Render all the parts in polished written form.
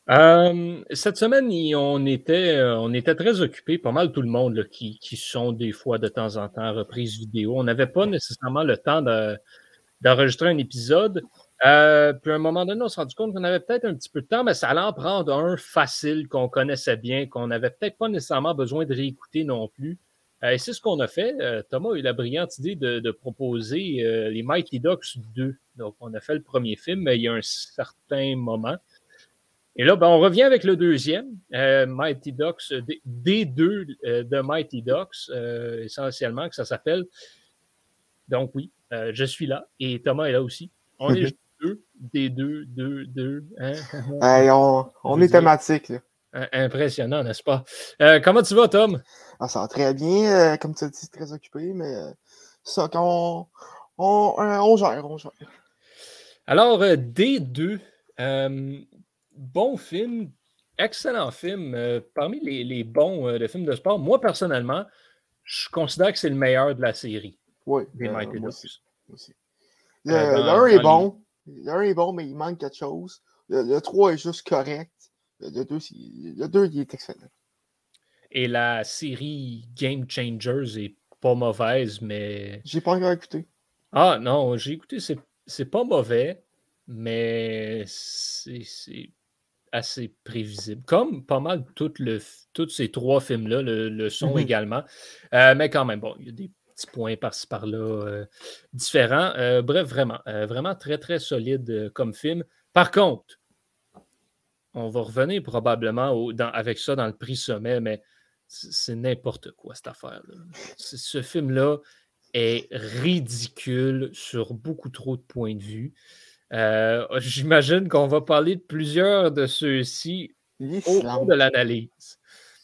Cette semaine, on était très occupés, pas mal tout le monde là, qui sont des fois de temps en temps reprises vidéo. On n'avait pas nécessairement le temps d'enregistrer un épisode. Puis à un moment donné, on s'est rendu compte qu'on avait peut-être un petit peu de temps, mais ça allait en prendre un facile qu'on connaissait bien, qu'on n'avait peut-être pas nécessairement besoin de réécouter non plus. Et c'est ce qu'on a fait. Thomas a eu la brillante idée de proposer les Mighty Ducks 2. Donc, on a fait le premier film, mais il y a un certain moment. Et là, ben, on revient avec le deuxième, Mighty Ducks, D2 de Mighty Ducks, essentiellement, que ça s'appelle. Donc oui, je suis là et Thomas est là aussi. On est juste deux, D2, 2. Hein? Hey, Je on veux est dire, thématique, là. impressionnant, n'est-ce pas? Comment tu vas, Tom? Ah, ça va très bien, comme tu as dit, très occupé, mais ça, on gère, on gère. Alors, D2, euh, bon film, excellent film. Parmi les bons de films de sport, moi, personnellement, je considère que c'est le meilleur de la série Oui, des Mighty moi aussi. Ducks. Moi aussi. Le Dans, 1 est dans les... bon. Le 1 est bon, mais il manque quelque chose. Le 3 est juste correct. Le 2 il est excellent. Et la série Game Changers est pas mauvaise, mais... J'ai pas encore écouté. Ah non, j'ai écouté, c'est pas mauvais, mais c'est assez prévisible. Comme pas mal tous ces trois films-là le sont Mhm. également. Mais quand même, bon, il y a des petits points par-ci par-là différents. Bref, vraiment très, très solide comme film. Par contre, on va revenir probablement avec ça dans le prix sommet, mais c'est n'importe quoi cette affaire-là. Ce film-là est ridicule sur beaucoup trop de points de vue. J'imagine qu'on va parler de plusieurs de ceux-ci au cours de L'Islande. l'analyse.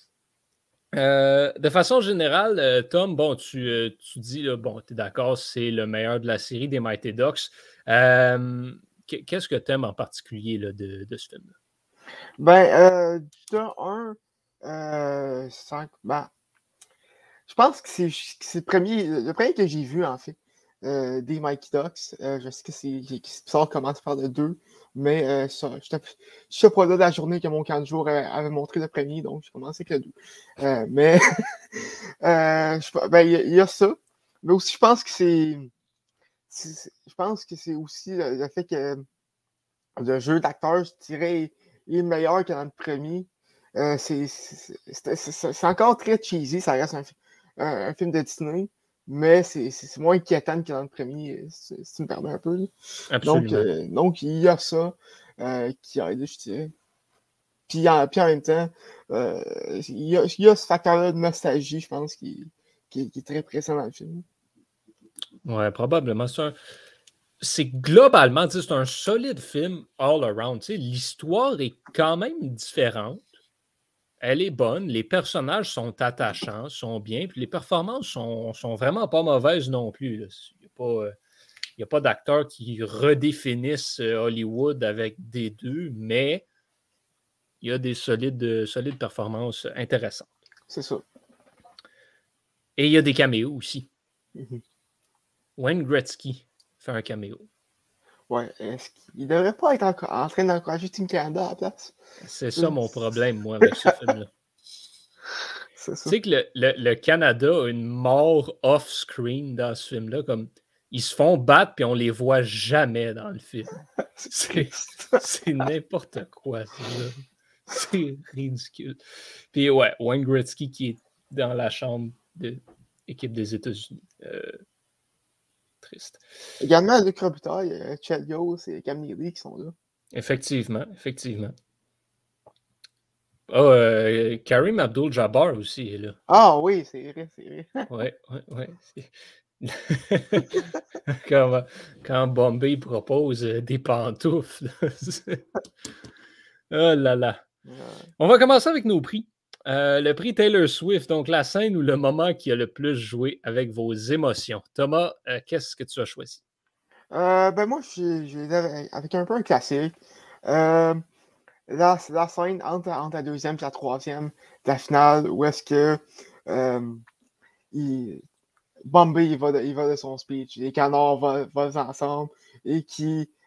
De façon générale, Tom, bon, tu dis, là, bon, tu es d'accord, c'est le meilleur de la série des Mighty Ducks. Qu'est-ce que tu aimes en particulier là, de ce film-là? Ben, de un, ben, je pense que c'est le premier que j'ai vu, en fait, des Mikey Ducks. Je sais que c'est bizarre commence par le 2, mais je suis pas là de la journée que mon camp de jour avait montré le premier, donc j'ai commencé avec le 2. Mais ben, il y a ça. Mais aussi, je pense que je pense que c'est aussi le fait que le jeu d'acteur, je dirais, est meilleur que dans le premier. C'est encore très cheesy, ça reste un film de Disney, mais c'est moins inquiétant que dans le premier, si tu me permets un peu. Là. Absolument. Donc, il y a ça qui aide, je dirais. Puis en même temps, il y a ce facteur-là de nostalgie, je pense, qui est très présent dans le film. Ouais, probablement. C'est globalement, tu sais, c'est un solide film all around. Tu sais, l'histoire est quand même différente. Elle est bonne. Les personnages sont attachants, sont bien. Puis les performances sont vraiment pas mauvaises non plus. Là. Il n'y a pas d'acteurs qui redéfinissent Hollywood avec des deux, mais il y a des solides performances intéressantes. C'est ça. Et il y a des caméos aussi. Mhm. Wayne Gretzky fait un caméo. Ouais, est-ce qu'il devrait pas être en train d'encourager Team Canada à la place? C'est ça C'est mon problème, moi, avec ce film-là. c'est Tu ça. sais que le Canada a une mort off-screen dans ce film-là, comme ils se font battre puis on les voit jamais dans le film. C'est C'est, triste. c'est n'importe quoi, ça. Là. C'est ridicule. Puis ouais, Wayne Gretzky qui est dans la chambre de l'équipe des États-Unis. Triste. Également, Luc Robitaille, Chelios et Cam Neely qui sont là. Effectivement, effectivement. Ah, Karim Abdul-Jabbar aussi est là. Ah oui, c'est vrai, c'est vrai. Ouais, ouais, ouais. quand, quand Bombay propose des pantoufles. Oh là là. On va commencer avec nos prix. Le prix Taylor Swift, donc la scène ou le moment qui a le plus joué avec vos émotions. Thomas, qu'est-ce que tu as choisi? Ben moi, avec un peu un classique. Euh, la scène entre la deuxième et la troisième de la finale, où est-ce que euh, il, Bombay il va de son speech, les canards volent ensemble, et qui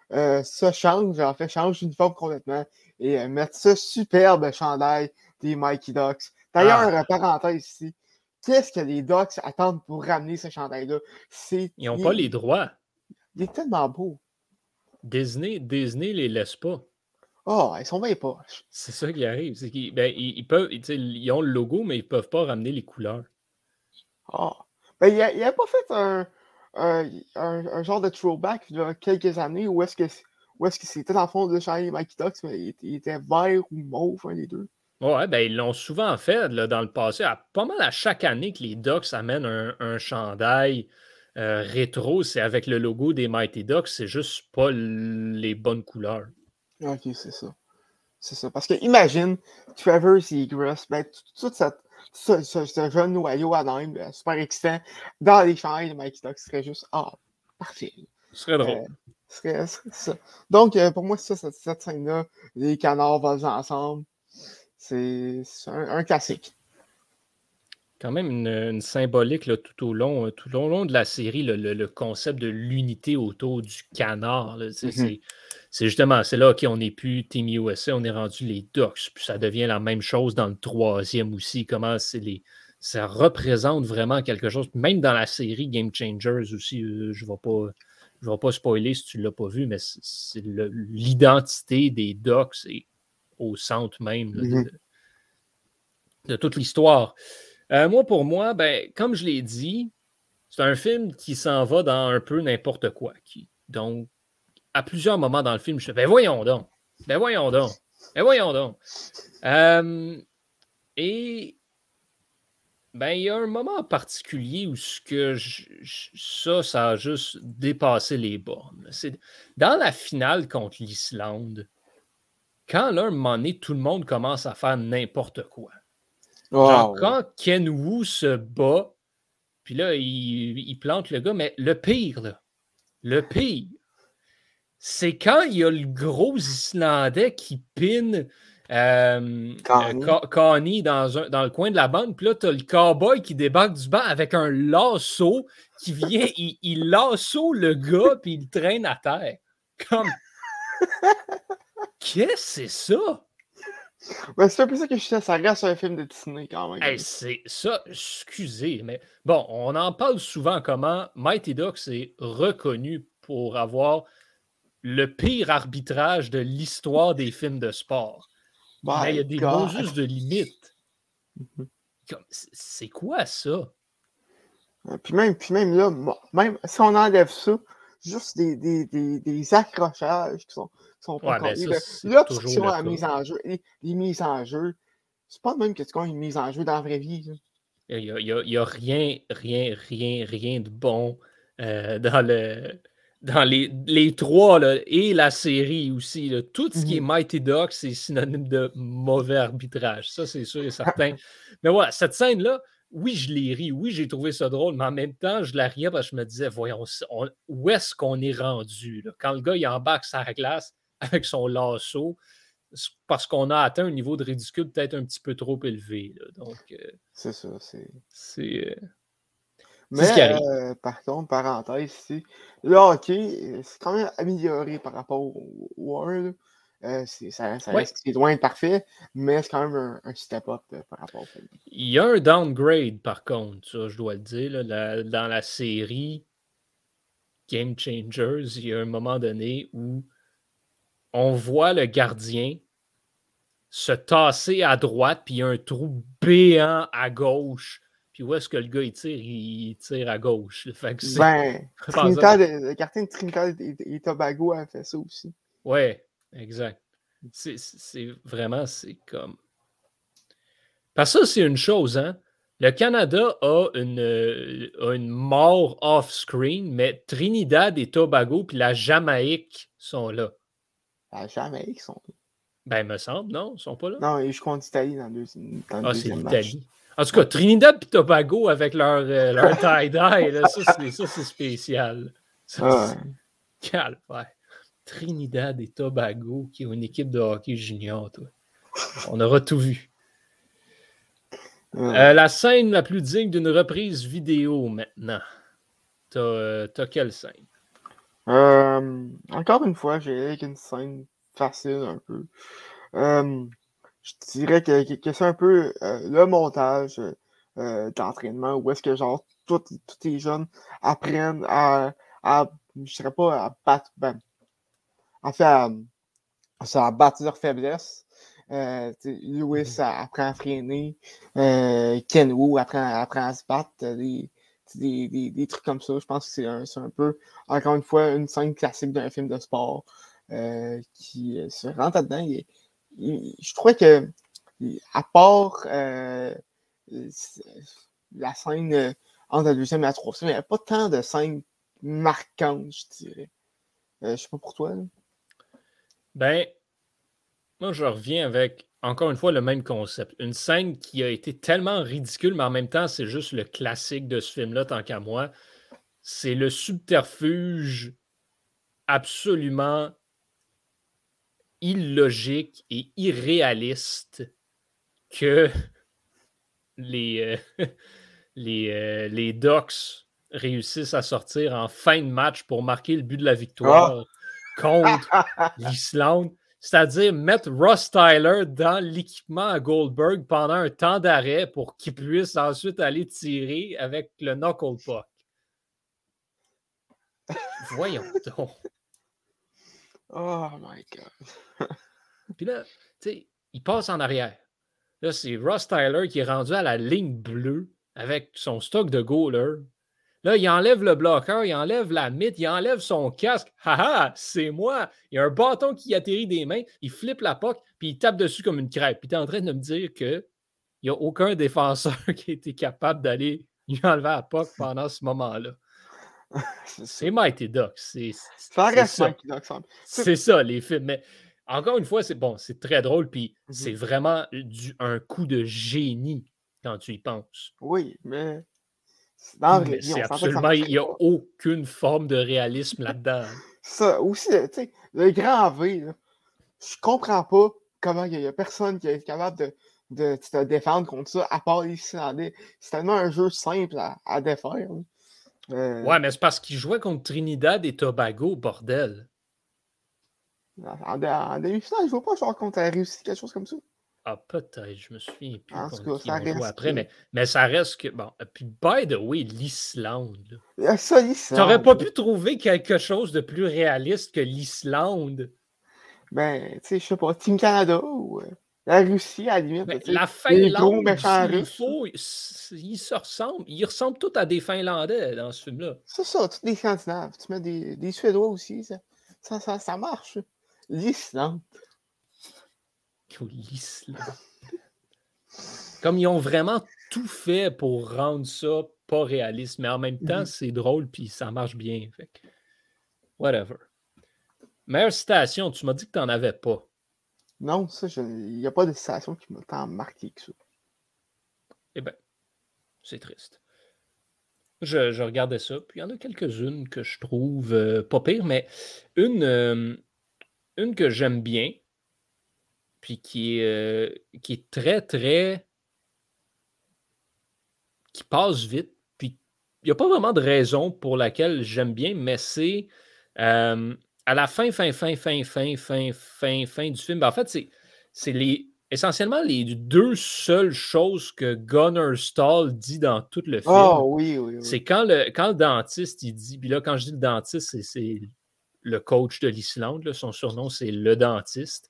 ça change, en fait, change l'uniforme complètement et mettre ce superbe chandail des Mighty Ducks. D'ailleurs, parenthèse ici, qu'est-ce que les Ducks attendent pour ramener ce chandail-là? Ils n'ont pas les droits. Il est tellement beau. Disney les laisse pas. Oh, ils sont bien poches. C'est ça qui arrive. C'est qu'ils peuvent, ils ont le logo, mais ils ne peuvent pas ramener les couleurs. Oh. Ben, il a pas fait un genre de throwback il y a quelques années où est-ce que c'était dans le fond de chandail Mighty Ducks, mais il était vert ou mauve, un des deux. Ouais, ben ils l'ont souvent fait là, dans le passé. Pas mal à chaque année que les Ducks amènent un chandail rétro, c'est avec le logo des Mighty Ducks, c'est juste pas les bonnes couleurs. Ok, c'est ça. C'est ça. Parce que imagine, Trevor Seagrass, ben, tout ce jeune noyau anonyme, super excitant, dans les chandails de Mighty Ducks, serait juste parfait. Ce serait drôle. Serait ça. Donc, pour moi, c'est ça, cette scène-là, les canards volent ensemble. C'est un classique. Quand même une symbolique là, tout au long de la série, le concept de l'unité autour du canard. Là, c'est justement, c'est là qu'on n'est plus Team USA, on est rendu les Ducks. Puis ça devient la même chose dans le troisième aussi. Comment ça représente vraiment quelque chose. Même dans la série Game Changers aussi, je ne vais pas spoiler si tu ne l'as pas vu, mais c'est l'identité des Ducks est au centre même là, de toute l'histoire. Pour moi, ben, comme je l'ai dit, c'est un film qui s'en va dans un peu n'importe quoi. Donc, à plusieurs moments dans le film, je fais ben voyons donc. Et ben, il y a un moment en particulier où ça a juste dépassé les bornes. C'est dans la finale contre l'Islande, quand là, un moment donné, tout le monde commence à faire n'importe quoi. Genre, quand Ken Wu se bat, puis là, il plante le gars, mais le pire, c'est quand il y a le gros Islandais qui pine Connie dans le coin de la bande, puis là, t'as le cowboy qui débarque du banc avec un lasso qui vient, il lasso le gars, puis il le traîne à terre. Comme, qu'est-ce que c'est ça? Ben, c'est un peu ça que je sais, ça reste un film de Disney quand même. Hey, c'est ça, excusez, mais bon, on en parle souvent comment Mighty Ducks est reconnu pour avoir le pire arbitrage de l'histoire des films de sport. Mais il y a des Moses de limite. C'est quoi ça? Puis même là, même si on enlève ça, juste des accrochages qui sont pas corrects. L'obstruction à la mise en jeu, les mises en jeu, c'est pas le même que tu as une mise en jeu dans la vraie vie. Là. Il y a rien de bon dans les trois là, et la série aussi. Là. Tout ce qui est Mighty Ducks, c'est synonyme de mauvais arbitrage. Ça, c'est sûr et certain. Mais voilà, cette scène-là, oui, je l'ai ri. Oui, j'ai trouvé ça drôle, mais en même temps, je la riais parce que je me disais, voyons, où est-ce qu'on est rendu? Là? Quand le gars, il embarque sur la glace avec son lasso, parce qu'on a atteint un niveau de ridicule peut-être un petit peu trop élevé. Là. Donc, c'est ça. C'est mais ce qui arrive. par contre, parenthèse ici, le hockey, c'est quand même amélioré par rapport au 1. Ça reste c'est loin de parfait, mais c'est quand même un step-up par rapport au film. Il y a un downgrade, par contre, ça, je dois le dire. Là, dans la série Game Changers, il y a un moment donné où on voit le gardien se tasser à droite, puis il y a un trou béant à gauche. Puis où est-ce que le gars il tire à gauche? Fait que le gardien de Trinidad et Tobago a fait ça aussi. Ouais, exact. C'est vraiment, c'est comme... Parce que ça, c'est une chose, hein? Le Canada a une mort off-screen, mais Trinidad et Tobago puis la Jamaïque sont là. La Jamaïque sont là. Ben, il me semble, non? Ils sont pas là? Non, je compte l'Italie dans le deuxième match. L'Italie. En tout cas, Trinidad et Tobago avec leur tie-dye, ça, c'est spécial. Calvaire. Trinidad et Tobago, qui est une équipe de hockey junior, toi. On aura tout vu. La scène la plus digne d'une reprise vidéo maintenant. T'as quelle scène? Encore une fois, j'ai avec une scène facile un peu. Je dirais que c'est un peu le montage d'entraînement où est-ce que genre tous les jeunes apprennent je dirais pas à battre, en fait à battre leurs faiblesses. Lewis apprend à freiner, Kenwo apprend à se battre, des trucs comme ça. Je pense que c'est un peu, encore une fois, une scène classique d'un film de sport qui se rentre là-dedans. Je trouvais que, à part la scène entre la deuxième et la troisième, il n'y avait pas tant de scènes marquantes, je dirais. Je sais pas pour toi. Là. Ben, moi, je reviens avec, encore une fois, le même concept. Une scène qui a été tellement ridicule, mais en même temps, c'est juste le classique de ce film-là, tant qu'à moi. C'est le subterfuge absolument illogique et irréaliste que les, les Ducks réussissent à sortir en fin de match pour marquer le but de la victoire contre l'Islande. C'est-à-dire mettre Ross Tyler dans l'équipement à Goldberg pendant un temps d'arrêt pour qu'il puisse ensuite aller tirer avec le knuckle puck. Voyons donc. Oh my God. Puis là, tu sais, il passe en arrière. Là, c'est Ross Tyler qui est rendu à la ligne bleue avec son stock de goaler. Là, il enlève le bloqueur, il enlève la mythe, il enlève son casque. Haha, c'est moi! Il y a un bâton qui atterrit des mains, il flippe la puck, puis il tape dessus comme une crêpe. Puis tu es en train de me dire qu'il n'y a aucun défenseur qui a été capable d'aller lui enlever la puck pendant ce moment-là. C'est Mighty Ducks. Ça C'est reste ça. Mighty Ducks. C'est ça, les films. Mais encore une fois, c'est bon, c'est très drôle, puis c'est Mhm. vraiment un coup de génie quand tu y penses. Oui, mais dans la vraie Mais vie, c'est on s'entend que ça absolument, il marcherait n'y a pas. aucune forme de réalisme là-dedans. Ça, aussi, tu sais, le grand V, là, je comprends pas comment il y a personne qui est capable de se défendre contre ça, à part les Islandais. C'est tellement un jeu simple à défaire. Là. Ouais, mais c'est parce qu'il jouait contre Trinidad et Tobago, bordel. En demi-finale, je vois pas genre contre la Russie, quelque chose comme ça. Ah, peut-être, je me souviens plus En tout contre cas, qui ça on joue reste après, que. mais ça reste que. Bon, puis by the way, l'Islande. Ça, Tu n'aurais pas l'Islande. pu trouver quelque chose de plus réaliste que l'Islande. Ben, tu sais, je sais pas, Team Canada ou la Russie, à la limite, Mais tu sais, la les gros Finlande, méchants s'il russes. faut, ils se ressemblent. Ils ressemblent tous à des Finlandais dans ce film-là. C'est ça, tous les Scandinaves. Tu mets des Suédois aussi, ça marche. L'Islande. L'Islande. Comme ils ont vraiment tout fait pour rendre ça pas réaliste, mais en même temps, c'est drôle puis ça marche bien. Fait que, whatever. Meilleure citation, tu m'as dit que tu n'en avais pas. Non, ça, il n'y a pas de citation qui m'a tant marqué que ça. Eh bien, c'est triste. Je regardais ça, puis il y en a quelques-unes que je trouve pas pires, mais une, une que j'aime bien, puis qui est très, très. Qui passe vite, puis il n'y a pas vraiment de raison pour laquelle j'aime bien, mais c'est à la fin du film. Ben, en fait, c'est essentiellement les deux seules choses que Gunnar Stall dit dans tout le film. Oh oui, oui, oui. C'est quand le dentiste, il dit, puis là, quand je dis le dentiste, c'est le coach de l'Islande, là, son surnom, c'est le dentiste.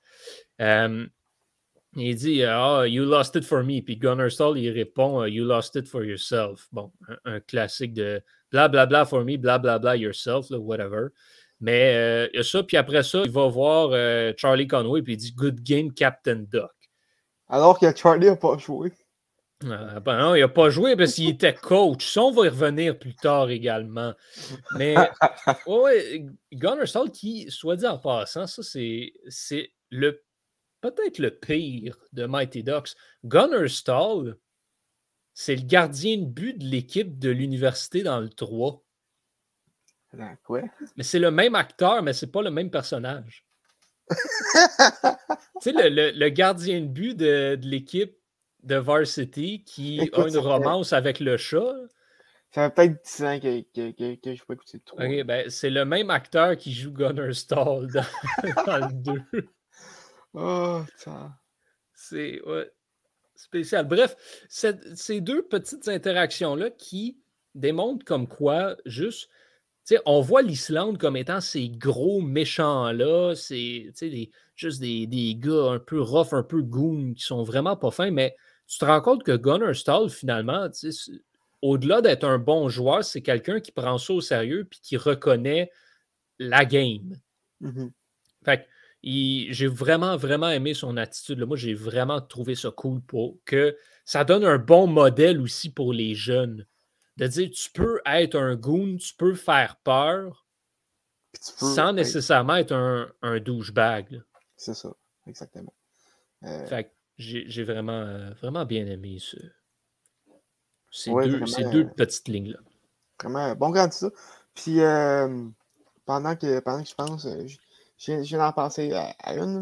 Il dit You lost it for me. Puis Gunnar Stall, il répond You lost it for yourself. Bon, un classique de blablabla bla, bla for me, blablabla bla, yourself, là, whatever. Mais il y a ça, puis après ça, il va voir Charlie Conway, puis il dit Good game, Captain Duck. Alors que Charlie n'a pas joué. Ben non, il n'a pas joué parce qu'il était coach. Ça, on va y revenir plus tard également. Mais, ouais, Gunnar Stall, qui, soit dit en passant, ça, c'est peut-être le pire de Mighty Ducks. Gunnar Stall, c'est le gardien de but de l'équipe de l'université dans le 3. Quoi? Mais c'est le même acteur, mais c'est pas le même personnage. Tu sais, le gardien de but de l'équipe de Varsity qui a Écoute, une romance avec le chat. Ça fait peut-être 10 ans que je n'ai pas écouté le 3. OK, ben, c'est le même acteur qui joue Gunnar Stall dans, dans le 2. Oh, ça. C'est spécial. Bref, ces deux petites interactions-là qui démontrent comme quoi, juste, on voit l'Islande comme étant ces gros méchants-là, juste des gars un peu rough, un peu goon, qui sont vraiment pas fins, mais tu te rends compte que Gunnar Stall, finalement, au-delà d'être un bon joueur, c'est quelqu'un qui prend ça au sérieux puis qui reconnaît la game. Mm-hmm. Fait que j'ai vraiment, vraiment aimé son attitude. Là. Moi, j'ai vraiment trouvé ça cool pour que ça donne un bon modèle aussi pour les jeunes. De dire, tu peux être un goon, tu peux faire peur sans nécessairement être un douchebag. Là. C'est ça, exactement. Fait que j'ai vraiment, vraiment bien aimé ces vraiment, deux petites lignes-là. Vraiment bon candidat. Puis pendant que je pense, je viens d'en passer à une.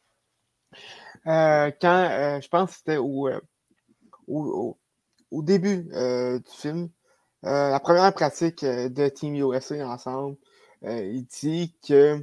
Quand je pense que c'était au début du film, la première pratique de Team USA ensemble, il dit que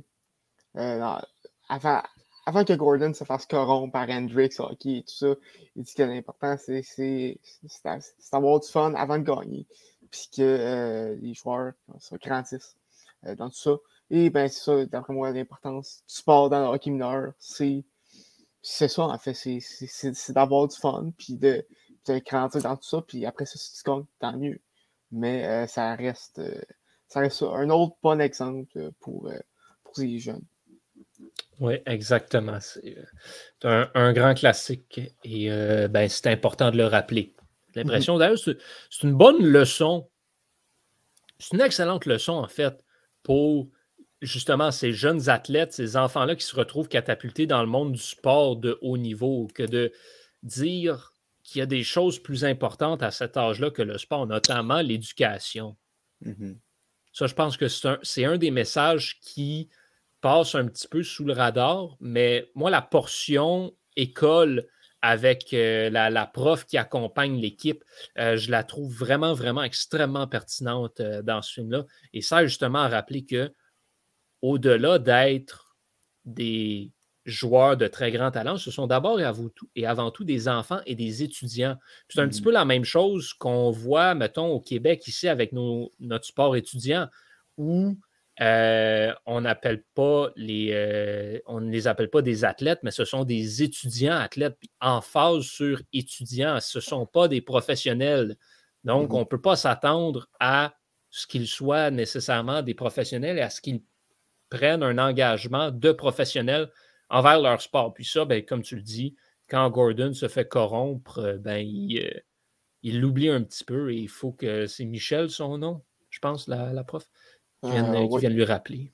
avant que Gordon se fasse corrompre par Hendrix, hockey et tout ça, il dit que l'important, c'est d'avoir du fun avant de gagner. Puis que les joueurs se grandissent dans tout ça. Et bien, c'est ça, d'après moi, l'importance du sport dans le hockey mineur, c'est ça, en fait. C'est d'avoir du fun, puis de grandir dans tout ça. Puis après ça, si tu gagnes, tant mieux. Mais ça reste ça, un autre bon exemple pour les jeunes. Oui, exactement. C'est un grand classique et ben, c'est important de le rappeler. J'ai l'impression, d'ailleurs, c'est une bonne leçon. C'est une excellente leçon, en fait, pour justement ces jeunes athlètes, ces enfants-là qui se retrouvent catapultés dans le monde du sport de haut niveau, que de dire qu'il y a des choses plus importantes à cet âge-là que le sport, notamment l'éducation. Mm-hmm. Ça, je pense que c'est un des messages qui passe un petit peu sous le radar, mais moi, la portion école avec la prof qui accompagne l'équipe, je la trouve vraiment, vraiment extrêmement pertinente dans ce film-là. Et ça, justement, à rappeler que au-delà d'être des joueurs de très grand talent, ce sont d'abord et avant tout des enfants et des étudiants. Puis c'est un petit peu la même chose qu'on voit, mettons, au Québec, ici, avec notre sport étudiant, où on n'appelle pas on ne les appelle pas des athlètes, mais ce sont des étudiants athlètes. Puis en phase sur étudiants, ce ne sont pas des professionnels. Donc, on ne peut pas s'attendre à ce qu'ils soient nécessairement des professionnels et à ce qu'ils prennent un engagement de professionnels envers leur sport. Puis ça, ben, comme tu le dis, quand Gordon se fait corrompre, ben, il l'oublie un petit peu et il faut que c'est Michel son nom, je pense, la prof, qui vienne lui rappeler.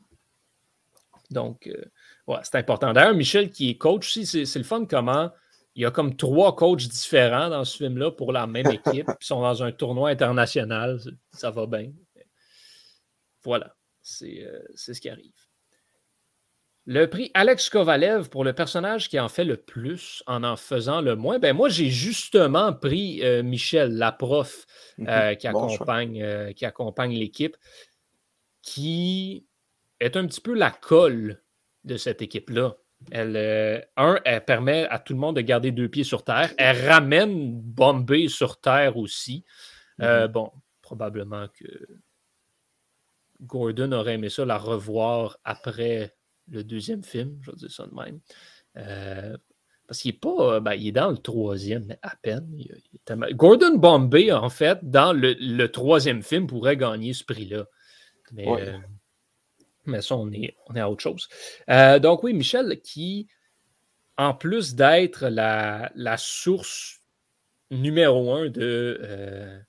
Donc, ouais, c'est important. D'ailleurs, Michel qui est coach aussi, c'est le fun comment il y a comme 3 coachs différents dans ce film-là pour la même équipe, puis ils sont dans un tournoi international. Ça va bien. Voilà, c'est ce qui arrive. Le prix Alex Kovalev pour le personnage qui en fait le plus en faisant le moins. Ben moi, j'ai justement pris Michel, la prof qui accompagne l'équipe, qui est un petit peu la colle de cette équipe-là. Elle permet à tout le monde de garder 2 pieds sur terre. Elle ramène Bombay sur terre aussi. Bon, probablement que Gordon aurait aimé ça la revoir après le 2e film, je vais dire ça de même. Parce qu'il n'est pas. Ben, il est dans le 3e, mais à peine. Gordon Bombay, en fait, dans le 3e film, pourrait gagner ce prix-là. Mais ça, on est à autre chose. Donc, oui, Michel, qui, en plus d'être la source numéro 1 de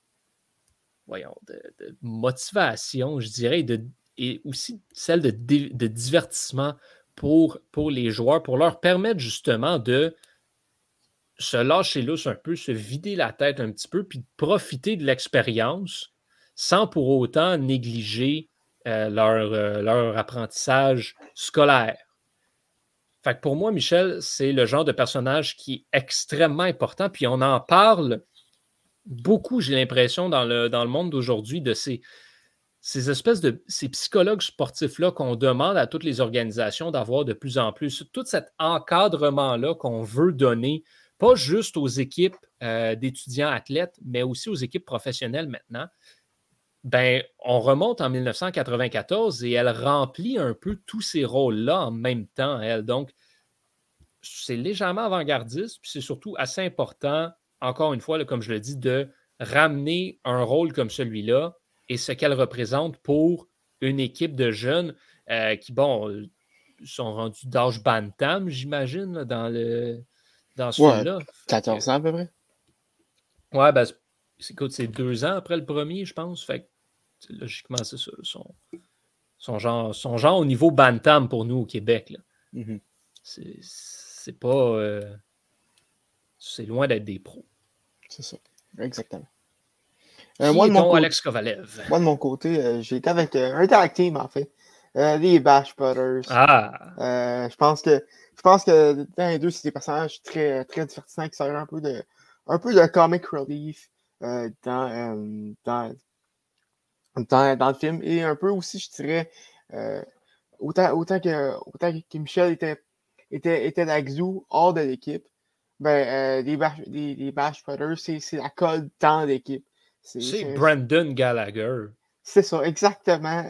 motivation, je dirais, et aussi celle de divertissement pour les joueurs, pour leur permettre justement de se lâcher lousse un peu, se vider la tête un petit peu, puis de profiter de l'expérience sans pour autant négliger leur apprentissage scolaire. Fait que pour moi, Michel, c'est le genre de personnage qui est extrêmement important, puis on en parle beaucoup, j'ai l'impression, dans le monde d'aujourd'hui, de ces espèces de ces psychologues sportifs-là qu'on demande à toutes les organisations d'avoir de plus en plus. Tout cet encadrement-là qu'on veut donner, pas juste aux équipes d'étudiants athlètes, mais aussi aux équipes professionnelles maintenant. Ben, on remonte en 1994 et elle remplit un peu tous ces rôles-là en même temps, elle. Donc, c'est légèrement avant-gardiste, puis c'est surtout assez important, encore une fois, là, comme je le dis, de ramener un rôle comme celui-là et ce qu'elle représente pour une équipe de jeunes qui, bon, sont rendus d'âge bantam, j'imagine, là, dans ce Ouais, film-là. 14 ans à peu près. Ouais, ben, écoute, c'est 2 ans après le premier, je pense. Fait que, logiquement, c'est ça. Son genre au niveau bantam pour nous au Québec. Là. Mhm. C'est pas. C'est loin d'être des pros. C'est ça, exactement. Qui est ton Alex Kovalev? Moi, de mon côté, j'ai été avec un tag team, en fait. Les Bash Brothers. Ah! Je pense que dans les deux, c'est des personnages très, très divertissants qui servent un peu de comic relief dans le film. Et un peu aussi, je dirais, euh, autant que Michel était l'Axou hors de l'équipe, ben, les Bash Brothers, c'est la colle dans l'équipe. C'est Brandon Gallagher. C'est ça, exactement.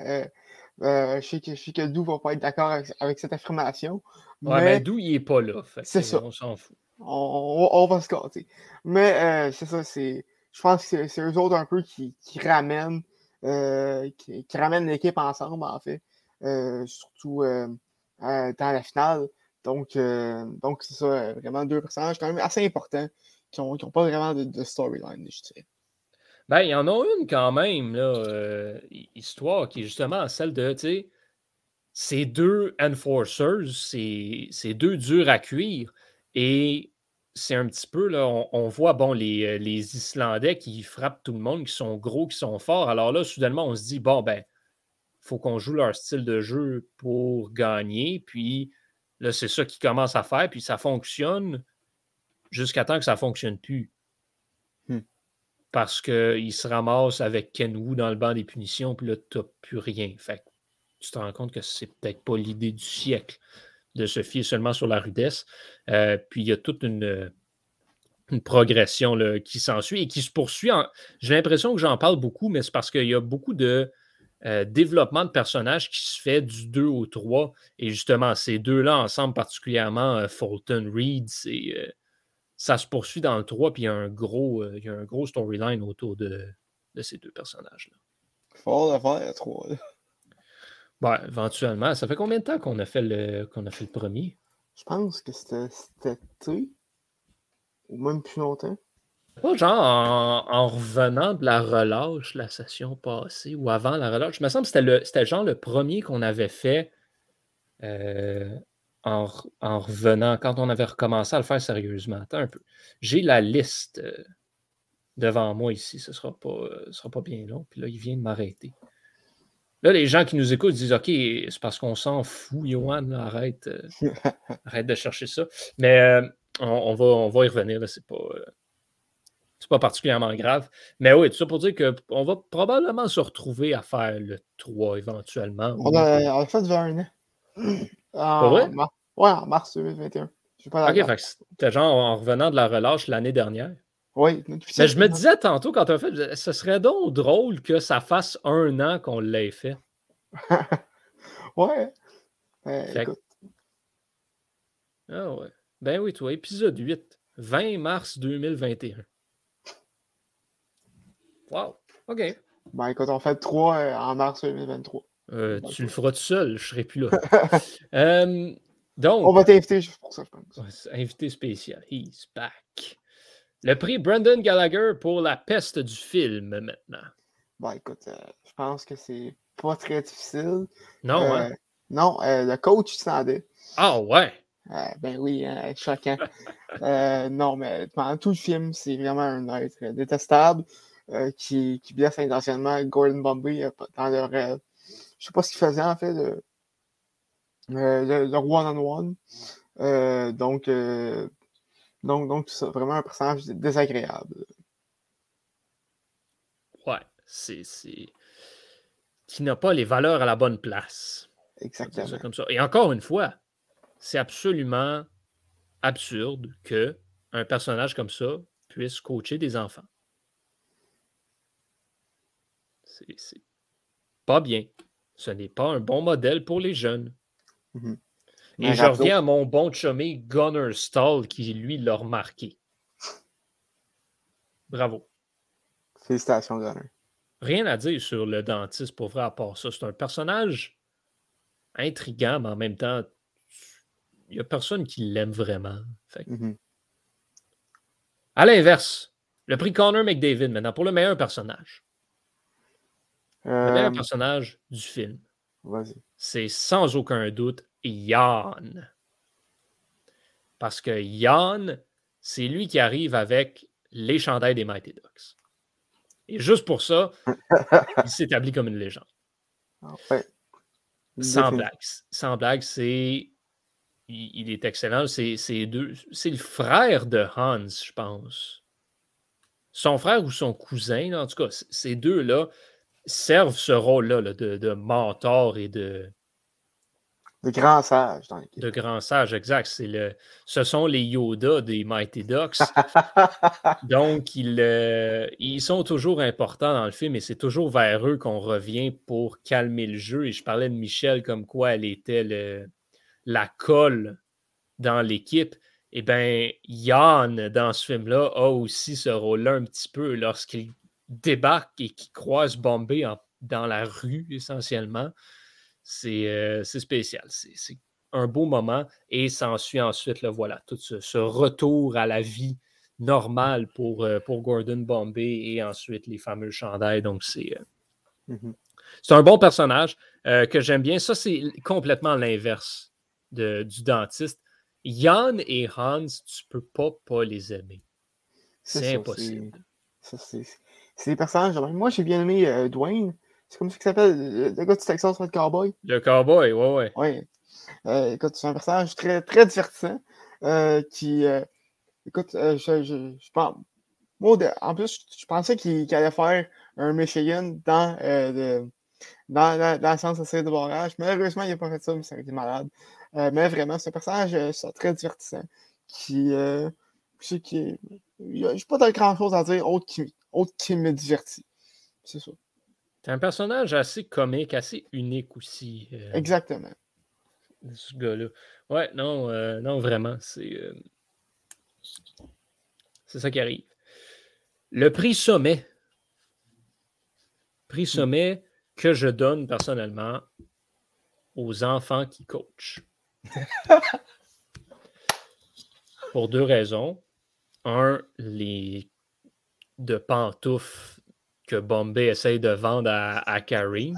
Je sais que Lou va pas être d'accord avec cette affirmation, Ouais, mais mais d'où il est pas là. Fait c'est que, ça. on s'en fout. On va se gâter. Mais c'est ça, je pense que c'est eux autres un peu qui ramènent qui ramènent l'équipe ensemble, en fait. Surtout dans la finale. Donc c'est ça, vraiment deux personnages quand même assez importants qui ont pas vraiment de storyline, je dirais. Ben, il y en a une quand même, là, histoire, qui est justement celle de, tu sais, ces deux enforcers, c'est deux durs à cuire. Et c'est un petit peu, là, on voit, bon, les Islandais qui frappent tout le monde, qui sont gros, qui sont forts. Alors là, soudainement, on se dit, bon, ben, faut qu'on joue leur style de jeu pour gagner. Puis là, c'est ça qu'ils commencent à faire. Puis ça fonctionne jusqu'à temps que ça ne fonctionne plus. Hmm. Parce qu'ils se ramassent avec Ken Wu dans le banc des punitions. Puis là, tu n'as plus rien. Fait que tu te rends compte que c'est peut-être pas l'idée du siècle de se fier seulement sur la rudesse. Puis il y a toute une progression là, qui s'ensuit et qui se poursuit. J'ai l'impression que j'en parle beaucoup, mais c'est parce qu'il y a beaucoup de développement de personnages qui se fait du 2 au 3. Et justement, ces deux-là ensemble, particulièrement Fulton Reed, ça se poursuit dans le 3, puis il y a un gros storyline autour de ces deux personnages-là. Fort d'affaires, trois. Ouais, éventuellement. Ça fait combien de temps qu'on a fait le premier? Je pense que c'était été, ou même plus longtemps. Pas genre en revenant de la relâche la session passée ou avant la relâche. Il me semble que c'était genre le premier qu'on avait fait euh, en revenant, quand on avait recommencé à le faire sérieusement. Attends un peu. J'ai la liste devant moi ici. Ce sera pas bien long. Puis là, il vient de m'arrêter. Là, les gens qui nous écoutent disent OK, c'est parce qu'on s'en fout, Johan, là, arrête de chercher ça. Mais on va y revenir. Là, c'est pas particulièrement grave. Mais oui, tout ça pour dire qu'on va probablement se retrouver à faire le 3 éventuellement. On a fait vers un an. Pas vrai? Ouais, en mars 2021. Je sais pas la OK, date. fait que c'était genre en revenant de la relâche l'année dernière. Oui, Mais je me disais tantôt, quand tu as fait, ce serait donc drôle que ça fasse 1 an qu'on l'ait fait. Ouais. Fait que, Écoute. ah ouais. Ben oui, toi, épisode 8, 20 mars 2021. Wow. OK. Ben écoute, on fait le 3 en mars 2023. Tu le feras tout seul, je serai plus là. On va Donc, t'inviter juste pour ça, je pense. invité spécial, he's back. Le prix Brandon Gallagher pour la peste du film maintenant. Ben écoute, je pense que c'est pas très difficile. Non, hein? Non, le coach islandais. Ah ouais! Ben oui, hein, choquant. Non, mais pendant tout le film, c'est vraiment un être détestable qui blesse intentionnement Gordon Bombay dans le rêve. Je sais pas ce qu'il faisait en fait, le one-on-one. Donc, tout ça, vraiment un personnage désagréable. Ouais, qui n'a pas les valeurs à la bonne place. On va dire ça Exactement. comme ça. Et encore une fois, c'est absolument absurde qu'un personnage comme ça puisse coacher des enfants. C'est pas bien. Ce n'est pas un bon modèle pour les jeunes. Mhm. Et Mais je reviens à mon bon chumé Gunnar Stahl qui, lui, l'a remarqué. Bravo. Félicitations, Gunnar. Rien à dire sur le dentiste pour vrai à part ça. C'est un personnage intriguant, mais en même temps, il n'y a personne qui l'aime vraiment. Fait que, Mhm. à l'inverse, le prix Connor McDavid maintenant pour le meilleur personnage. Le meilleur personnage du film. Vas-y. C'est sans aucun doute Yann. Parce que Yann, c'est lui qui arrive avec les chandails des Mighty Ducks. Et juste pour ça, il s'établit comme une légende. Ouais. Sans blague. Sans blague, il est excellent. C'est le frère de Hans, je pense. Son frère ou son cousin, en tout cas, ces deux-là servent ce rôle-là là, de mentor et de grand sage dans l'équipe. de grand sage, exact. Ce sont les Yoda des Mighty Ducks. Donc, ils sont toujours importants dans le film et c'est toujours vers eux qu'on revient pour calmer le jeu. Et je parlais de Michelle comme quoi elle était la colle dans l'équipe. Eh bien, Yann, dans ce film-là, a aussi ce rôle-là un petit peu lorsqu'il débarque et qu'il croise Bombay dans la rue, essentiellement. C'est spécial. C'est un beau moment et s'ensuit ensuite, voilà, tout ce retour à la vie normale pour Gordon Bombay et ensuite les fameux chandails. Donc, c'est un bon personnage que j'aime bien. Ça, c'est complètement l'inverse du dentiste. Yann et Hans, tu peux pas les aimer. C'est impossible. C'est des personnages. Moi, j'ai bien aimé Dwayne. C'est comme ça qu'il s'appelle, le gars du Texas Red Cowboy. Le cowboy, ouais. Ouais. Écoute, c'est un personnage très, très divertissant. Écoute, je pense. Moi, en plus, je pensais qu'il allait faire un Michigan dans le sens de série de barrage. Malheureusement, il n'a pas fait ça, mais ça aurait été malade. Mais vraiment, c'est un personnage très divertissant. Je n'ai pas grand-chose à dire autre qui me divertit. C'est ça. C'est un personnage assez comique, assez unique aussi. Exactement. Ce gars-là. Ouais, non, vraiment. C'est ça qui arrive. Le prix sommet. Prix sommet que je donne personnellement aux enfants qui coachent. Pour deux raisons. Un, les de pantoufles que Bombay essaye de vendre à Kareem.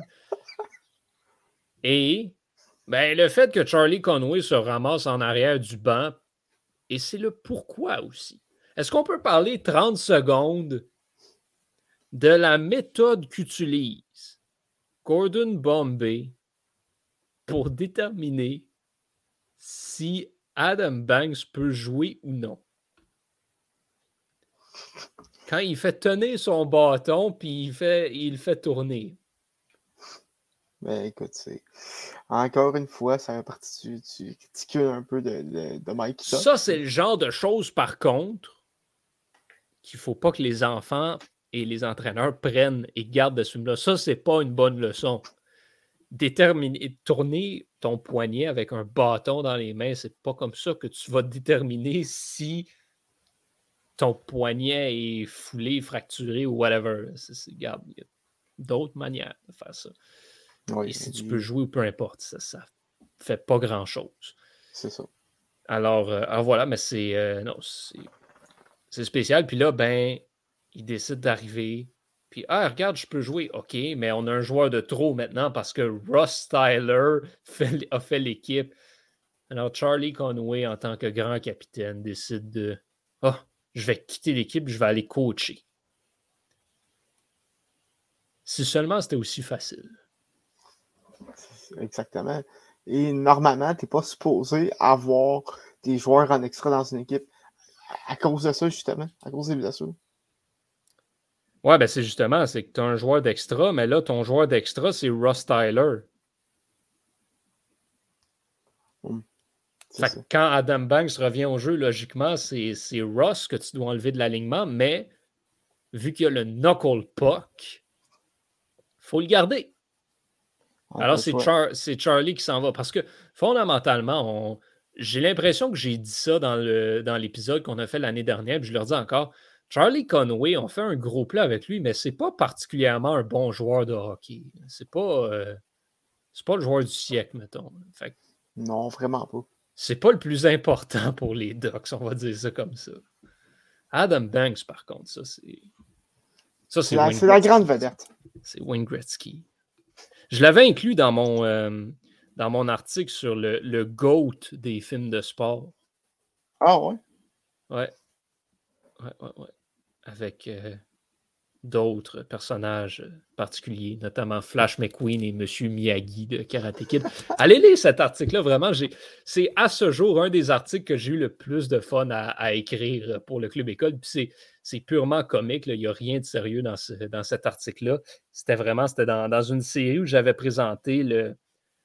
Et le fait que Charlie Conway se ramasse en arrière du banc, et c'est le pourquoi aussi. Est-ce qu'on peut parler 30 secondes de la méthode qu'utilise Gordon Bombay pour déterminer si Adam Banks peut jouer ou non? Quand il fait tenir son bâton, puis il le fait tourner. Mais écoute, encore une fois, ça fait partie du ridicule un peu de Mike Tuck. Ça, c'est le genre de choses, par contre, qu'il ne faut pas que les enfants et les entraîneurs prennent et gardent de ce film-là. Ça, c'est pas une bonne leçon. Tourner ton poignet avec un bâton dans les mains, c'est pas comme ça que tu vas déterminer si ton poignet est foulé, fracturé ou whatever. Regarde, il y a d'autres manières de faire ça. Oui, et si tu peux jouer ou peu importe, ça fait pas grand-chose. C'est ça. Alors voilà, mais c'est spécial. Puis là, il décide d'arriver. Puis, regarde, je peux jouer. OK, mais on a un joueur de trop maintenant parce que Ross Tyler a fait l'équipe. Alors, Charlie Conway, en tant que grand capitaine, décide de je vais quitter l'équipe, je vais aller coacher. Si seulement c'était aussi facile. Exactement. Et normalement, tu n'es pas supposé avoir des joueurs en extra dans une équipe à cause de ça, justement, à cause des blessures. Ouais, ben c'est justement, c'est que tu as un joueur d'extra, mais là, ton joueur d'extra, c'est Ross Tyler. Fait que quand Adam Banks revient au jeu, logiquement, c'est Ross que tu dois enlever de l'alignement, mais vu qu'il y a le knuckle puck, faut le garder. Alors, c'est Charlie qui s'en va. Parce que, fondamentalement, j'ai l'impression que j'ai dit ça dans l'épisode qu'on a fait l'année dernière, puis je leur dis encore, Charlie Conway, on fait un gros plat avec lui, mais c'est pas particulièrement un bon joueur de hockey. C'est pas le joueur du siècle, mettons. Fait que, non, vraiment pas. c'est pas le plus important pour les Ducks, on va dire ça comme ça. Adam Banks, par contre, ça, c'est... C'est la grande vedette. C'est Wayne Gretzky. Je l'avais inclus dans mon article sur le GOAT des films de sport. Ah ouais? Ouais. Avec d'autres personnages particuliers, notamment Flash McQueen et Monsieur Miyagi de Karate Kid. Allez lire cet article-là, vraiment. C'est à ce jour un des articles que j'ai eu le plus de fun à écrire pour le Club École. Puis c'est purement comique. Là. Il n'y a rien de sérieux dans cet article-là. C'était dans une série où j'avais présenté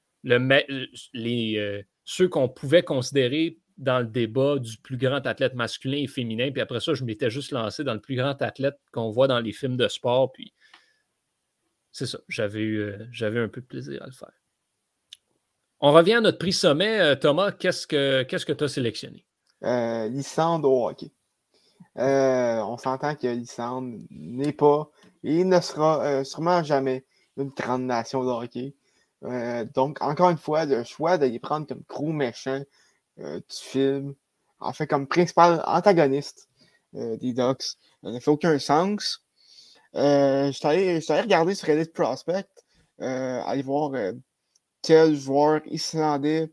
ceux qu'on pouvait considérer dans le débat du plus grand athlète masculin et féminin. Puis après ça, je m'étais juste lancé dans le plus grand athlète qu'on voit dans les films de sport. Puis c'est ça, j'avais un peu de plaisir à le faire. On revient à notre prix sommet. Thomas, qu'est-ce que tu as sélectionné? Lysandre au hockey. On s'entend que l'Islande n'est pas et ne sera sûrement jamais une grande nation de hockey. Donc, encore une fois, le choix de les prendre comme gros méchants du film, en fait, comme principal antagoniste des Ducks, n'a fait aucun sens. Je suis allé regarder sur Elite Prospect, aller voir quel joueur islandais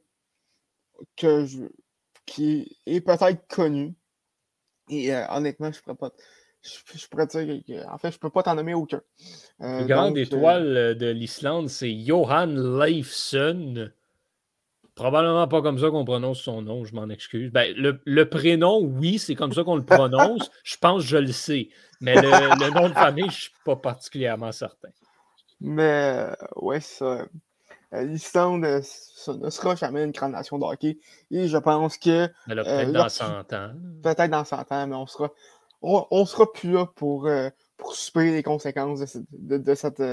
qui est peut-être connu. Et honnêtement, je pourrais dire en fait, je peux pas t'en nommer aucun. La plus grande étoile de l'Islande, c'est Johan Leifsson. Probablement pas comme ça qu'on prononce son nom, je m'en excuse. Ben, le prénom, oui, c'est comme ça qu'on le prononce. Je pense que je le sais. Mais le nom de famille, je ne suis pas particulièrement certain. Mais ouais, ça. L'Islande ne sera jamais une grande nation de hockey. Et je pense que. Mais là, peut-être dans 100 ans. Peut-être dans 100 ans, mais on sera plus là pour subir les conséquences de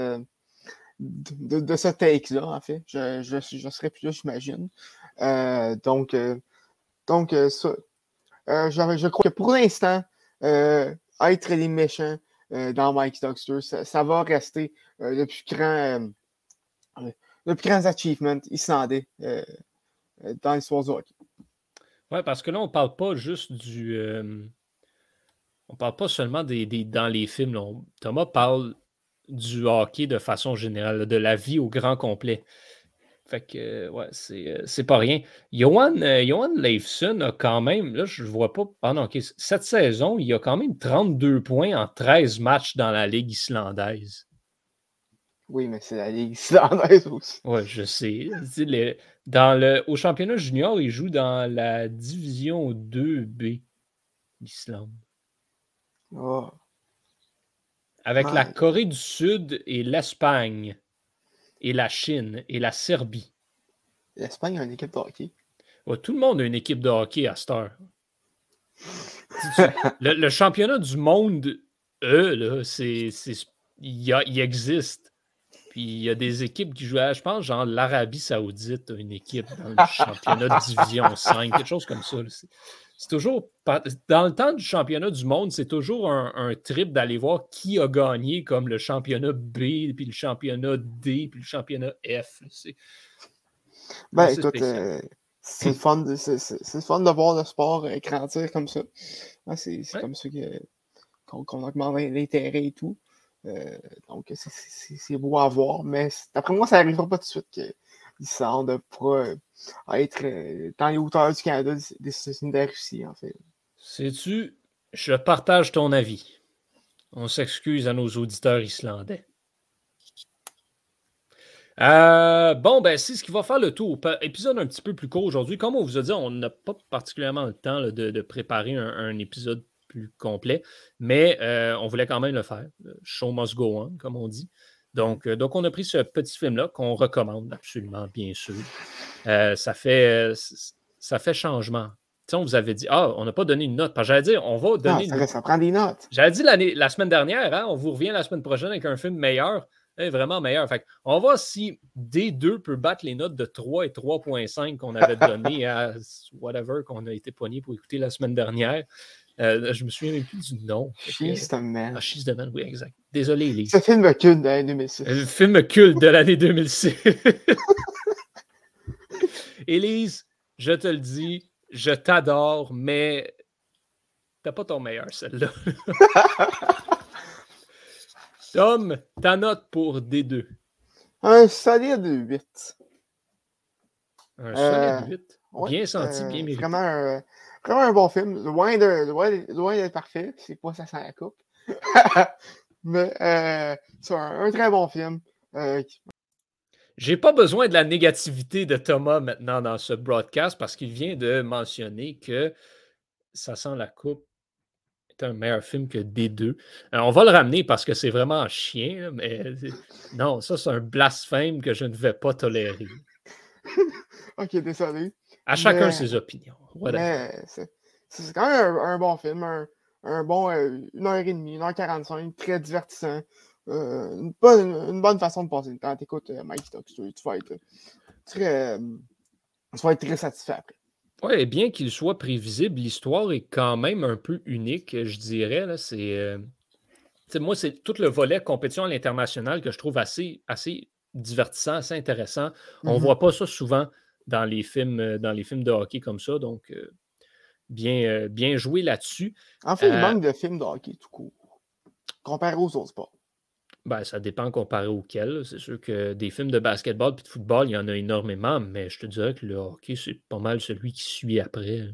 ce take-là, en fait. Je serai plus là, j'imagine. Donc, ça. Je crois que pour l'instant, être les méchants dans Mike Duckster, ça va rester le plus grand achievement islandais dans l'histoire du hockey. Oui, parce que là, on ne parle pas juste on parle pas seulement dans les films. Là. Thomas parle du hockey de façon générale, de la vie au grand complet. Fait que, ouais, c'est pas rien. Johan Leifsson a quand même, là, je ne vois pas, pendant cette saison, il a quand même 32 points en 13 matchs dans la Ligue islandaise. Oui, mais c'est la Ligue islandaise aussi. Oui, je sais. Au championnat junior, il joue dans la division 2B d'Islande. Oh. Avec la Corée du Sud et l'Espagne, et la Chine, et la Serbie. L'Espagne a une équipe de hockey. Ouais, tout le monde a une équipe de hockey à cette heure. le championnat du monde, là, il existe. Puis il y a des équipes qui jouent je pense, genre l'Arabie Saoudite a une équipe dans le championnat de Division 5, quelque chose comme ça. C'est toujours, dans le temps du championnat du monde, c'est toujours un trip d'aller voir qui a gagné, comme le championnat B, puis le championnat D, puis le championnat F. Écoute, c'est le fun de voir le sport grandir comme ça. C'est comme ça qu'on augmente l'intérêt et tout. Donc, c'est beau à voir, mais d'après moi, ça n'arrivera pas tout de suite que l'Islande pourra être dans les hauteurs du Canada des États-Unis de la Russie, en fait. Sais-tu, je partage ton avis. On s'excuse à nos auditeurs islandais. C'est ce qui va faire le tour. Épisode un petit peu plus court aujourd'hui. Comme on vous a dit, on n'a pas particulièrement le temps là, de préparer un épisode plus complet. Mais on voulait quand même le faire. Show must go on, comme on dit. Donc, on a pris ce petit film-là qu'on recommande absolument, bien sûr. Ça fait changement. On vous avait dit, on n'a pas donné une note. Parce que j'allais dire, on va donner une note. Ça prend des notes. J'avais dit la semaine dernière, on vous revient la semaine prochaine avec un film meilleur. Vraiment meilleur. Fait on va voir si D2 peut battre les notes de 3 et 3.5 qu'on avait données à whatever qu'on a été poigné pour écouter la semaine dernière. Je me souviens même plus du nom. She's the Man. She's the Man, oui, exact. Désolé, Elise. Ce film culte de l'année 2006. Le film culte de l'année 2006. Élise, je te le dis, je t'adore, mais t'as pas ton meilleur, celle-là. Tom, ta note pour D2? Un solide 8. Un solide 8. Bien senti, bien mérité. Vraiment un bon film. Loin d'être parfait. C'est pas ça sans la coupe. Mais c'est un très bon film. J'ai pas besoin de la négativité de Thomas maintenant dans ce broadcast parce qu'il vient de mentionner que Ça sent la coupe est un meilleur film que D2. Alors, on va le ramener parce que c'est vraiment chien, là, mais non, ça, c'est un blasphème que je ne vais pas tolérer. Ok, désolé. À chacun ses opinions. Mais c'est quand même un bon film, un bon 1h30, 1h45, très divertissant. Une bonne façon de passer le temps. T'écoutes Mike Stokes, tu vas être très satisfait après. Oui, bien qu'il soit prévisible, l'histoire est quand même un peu unique, je dirais. Là. Moi, c'est tout le volet compétition à l'international que je trouve assez divertissant, assez intéressant. On ne voit pas ça souvent dans les films de hockey comme ça, donc bien joué là-dessus. En fait, il manque de films de hockey tout court, comparé aux autres sports. Ben, ça dépend comparé auquel. C'est sûr que des films de basketball et de football, il y en a énormément, mais je te dirais que le hockey, c'est pas mal celui qui suit après.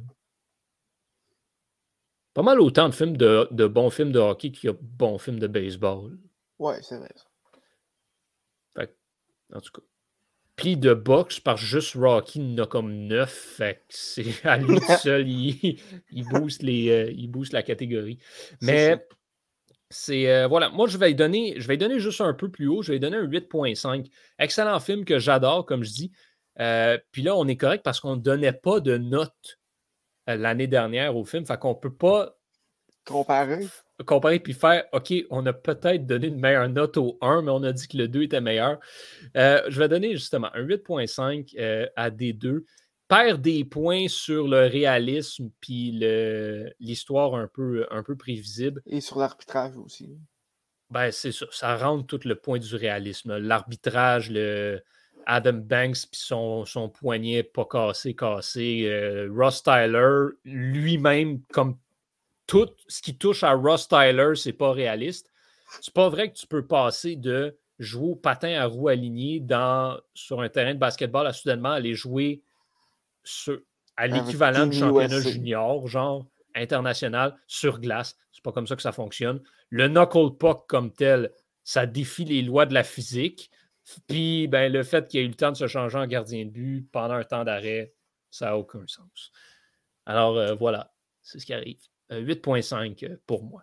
Pas mal autant de films de bons films de hockey qu'il y a de bons films de baseball. Ouais, c'est vrai. Fait, en tout cas. Puis de boxe, parce que juste Rocky il en a comme 9. Fait que c'est à lui tout seul, il booste la catégorie. Mais c'est voilà, moi je vais lui donner juste un peu plus haut, je vais lui donner un 8.5. Excellent film que j'adore, comme je dis. Puis là, on est correct parce qu'on ne donnait pas de notes l'année dernière au film. Fait qu'on ne peut pas comparer puis faire OK, on a peut-être donné une meilleure note au 1, mais on a dit que le 2 était meilleur. Je vais donner justement un 8.5 à D2. Perd des points sur le réalisme puis l'histoire un peu prévisible. Et sur l'arbitrage aussi. Ben, c'est ça. Ça rentre tout le point du réalisme. L'arbitrage, Adam Banks puis son poignet pas cassé. Ross Tyler, lui-même, comme tout ce qui touche à Ross Tyler, c'est pas réaliste. C'est pas vrai que tu peux passer de jouer au patin à roues alignées sur un terrain de basketball à soudainement aller jouer à l'équivalent du championnat junior, genre international, sur glace. C'est pas comme ça que ça fonctionne. Le knuckle puck comme tel, ça défie les lois de la physique. Puis ben, le fait qu'il ait eu le temps de se changer en gardien de but pendant un temps d'arrêt, ça n'a aucun sens. Alors voilà, c'est ce qui arrive. 8.5 pour moi.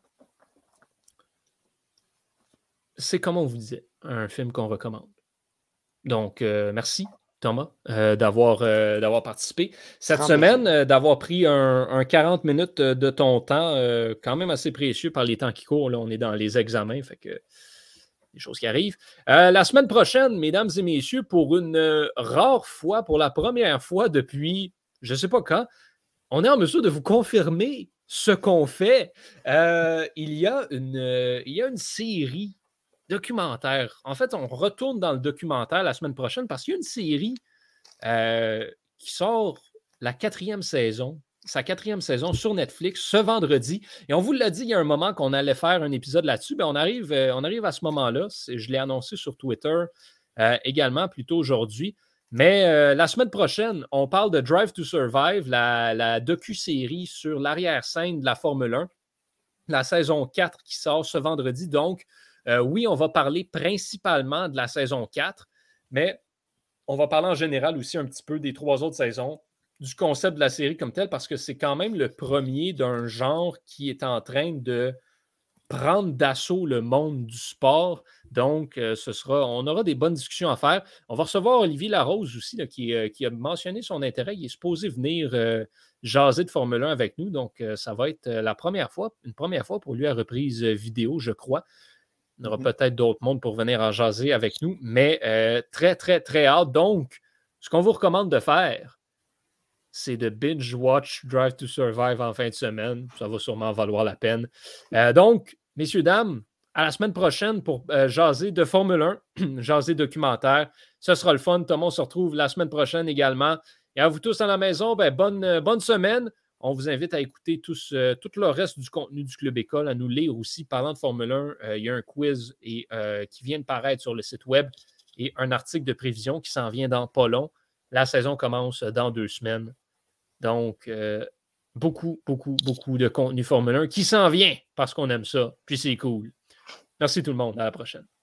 C'est comme on vous disait, un film qu'on recommande. Donc, merci Thomas d'avoir participé. Cette semaine, d'avoir pris un 40 minutes de ton temps, quand même assez précieux par les temps qui courent. Là, on est dans les examens, fait que des choses qui arrivent. La semaine prochaine, mesdames et messieurs, pour une rare fois, pour la première fois depuis je ne sais pas quand, on est en mesure de vous confirmer ce qu'on fait. Il y a une série documentaire. En fait, on retourne dans le documentaire la semaine prochaine parce qu'il y a une série qui sort sa 4e saison sur Netflix ce vendredi. Et on vous l'a dit il y a un moment qu'on allait faire un épisode là-dessus. Ben, on arrive à ce moment-là. Je l'ai annoncé sur Twitter également plus tôt aujourd'hui. Mais la semaine prochaine, on parle de Drive to Survive, la docu-série sur l'arrière-scène de la Formule 1, la saison 4 qui sort ce vendredi. Donc, oui, on va parler principalement de la saison 4, mais on va parler en général aussi un petit peu des 3 autres saisons, du concept de la série comme tel, parce que c'est quand même le premier d'un genre qui est en train de prendre d'assaut le monde du sport. Donc, on aura des bonnes discussions à faire. On va recevoir Olivier Larose aussi, là, qui a mentionné son intérêt. Il est supposé venir jaser de Formule 1 avec nous. Donc, ça va être une première fois pour lui à reprise vidéo, je crois. Il y aura peut-être d'autres mondes pour venir en jaser avec nous, mais très, très, très hâte. Donc, ce qu'on vous recommande de faire, c'est de binge-watch Drive to Survive en fin de semaine. Ça va sûrement valoir la peine. Donc, messieurs, dames, à la semaine prochaine pour jaser de Formule 1, jaser documentaire. Ce sera le fun. Thomas, on se retrouve la semaine prochaine également. Et à vous tous à la maison, bonne semaine. On vous invite à écouter tout le reste du contenu du Club École, à nous lire aussi. Parlant de Formule 1, il y a un quiz qui vient de paraître sur le site web et un article de prévision qui s'en vient dans pas long. La saison commence dans 2 semaines. Donc, beaucoup, beaucoup, beaucoup de contenu Formule 1 qui s'en vient parce qu'on aime ça. Puis c'est cool. Merci tout le monde. À la prochaine.